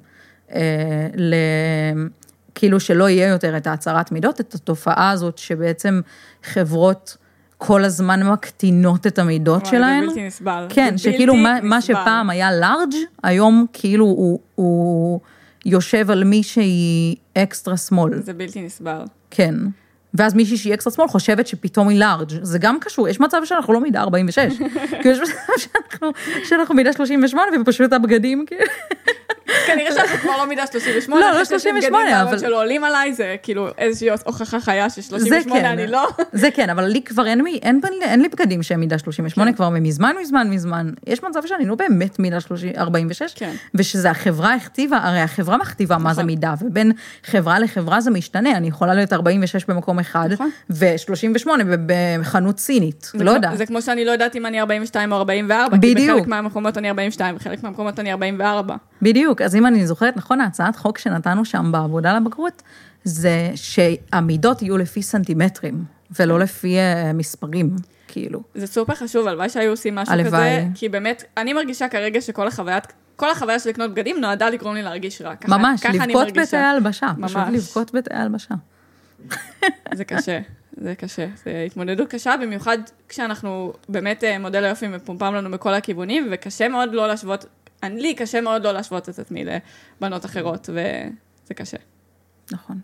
כאילו שלא יהיה יותר את הצהרת מידות, את התופעה הזאת שבעצם חברות כל הזמן מקטינות את המידות שלהן. זה בלתי נסבל. כן, שכאילו מה שפעם היה לארג', היום כאילו הוא יושב על מי שהיא אקסטרה סמול. זה בלתי נסבל. כן. ואז מישהי שהיא אקסטרה שמאל חושבת שפתאום היא לארג', זה גם קשור, יש מצב שאנחנו לא מידה 46, כי יש מצב שאנחנו מידה 38, ופשוט הבגדים, כנראה שאנחנו כבר לא מידה 38, לא 38, אבל שלא עולים עליי, זה כאילו איזושהי הוכחה חיה ש-38 אני לא. זה כן, אבל לי כבר אין לי בגדים שהם מידה 38, כבר מזמן, יש מצב שאני לא באמת מידה 46, ושזה החברה הכתיבה, הרי החברה מכתיבה מה זה מידה, ובין חברה לחברה זה משתנה, אני יכולה להיות 46 במקום אחד, ו-38 בחנות סינית, לא יודעת. זה כמו שאני לא יודעת אם אני 42 או 44, כי בחלק מהמקומות אני 42, בחלק מהמקומות אני 44. בדיוק, אז אם אני זוכרת, נכון, ההצעת חוק שנתנו שם בעבודה לבגרות, זה שהמידות יהיו לפי סנטימטרים, ולא לפי מספרים, כאילו. זה סופר חשוב, הלוואי שהיו עושים משהו כזה, כי באמת, אני מרגישה כרגע שכל החוויה של לקנות בגדים נועדה לגרום לי להרגיש רע. ממש, לבכות בתאי הלבשה. פשוט לבכות בתאי הלבשה. זה קשה, זה קשה. זה התמודדות קשה, במיוחד כשאנחנו באמת מודל היופי מפומפם לנו מכל הכיוונים, וקשה מאוד לא להשוות, לי קשה מאוד לא להשוות את עצמי לבנות אחרות, וזה קשה. נכון.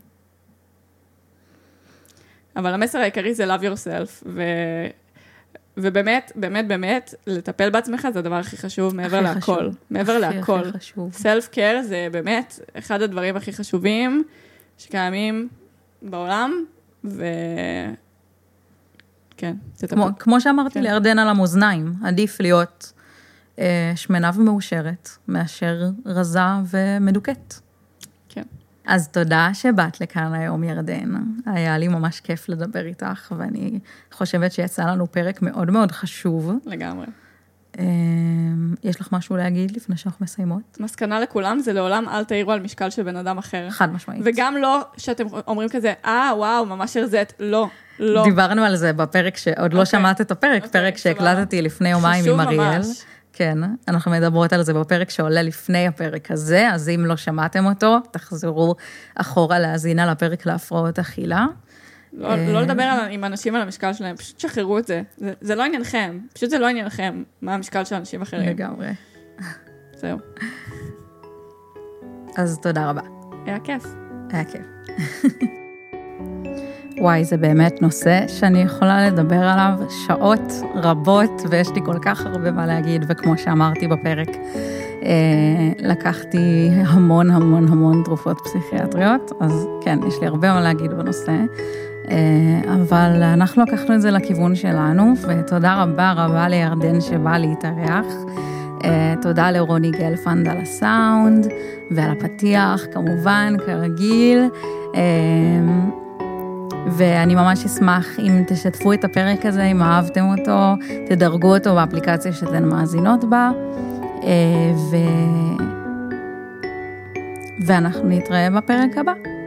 אבל המסר העיקרי זה love yourself, ובאמת, באמת, באמת, לטפל בעצמך זה הדבר הכי חשוב, מעבר להכל. מעבר להכל. Self-care זה באמת אחד הדברים הכי חשובים שקיימים בעולם, כן, זה טפל. כמו שאמרתי לירדן על המאזניים, עדיף להיות שמנה ומאושרת, מאשר רזה ומדוקת. כן. אז תודה שבאת לכאן היום, ירדן. היה לי ממש כיף לדבר איתך, ואני חושבת שיצא לנו פרק מאוד מאוד חשוב. לגמרי. יש לך משהו להגיד לפני שאנחנו מסיימות? מסקנה לכולם, זה לעולם אל תעירו על משקל של בן אדם אחר. חד משמעית. וגם לא שאתם אומרים כזה, וואו, ממש הרזית, לא. לא. דיברנו על זה בפרק שעוד לא שמעת את הפרק, פרק שהקלטתי לפני יומיים עם אריאל. חשוב ממש. כן, אנחנו מדברות על זה בפרק שעולה לפני הפרק הזה, אז אם לא שמעתם אותו, תחזרו אחורה להאזין על הפרק להפרעות אכילה. לא לדבר עם אנשים על המשקל שלהם, פשוט שחררו את זה. זה לא עניינכם, פשוט זה לא עניינכם, מה המשקל של אנשים אחרים. לגמרי. זהו. אז תודה רבה. היה כיף. היה כיף. וואי, זה באמת נושא שאני יכולה לדבר עליו שעות רבות, ויש לי כל כך הרבה מה להגיד, וכמו שאמרתי בפרק, לקחתי המון המון המון תרופות פסיכיאטריות, אז כן, יש לי הרבה מה להגיד בנושא, אבל אנחנו לקחנו את זה לכיוון שלנו, ותודה רבה רבה לירדן שבא להתארח, תודה לרוני גלפנד על הסאונד, ועל הפתיח, כמובן, כרגיל, ואני ממש אשמח אם תשתפו את הפרק הזה, אם אהבתם אותו, תדרגו אותו באפליקציה שאתן מאזינות בה, ואנחנו נתראה בפרק הבא.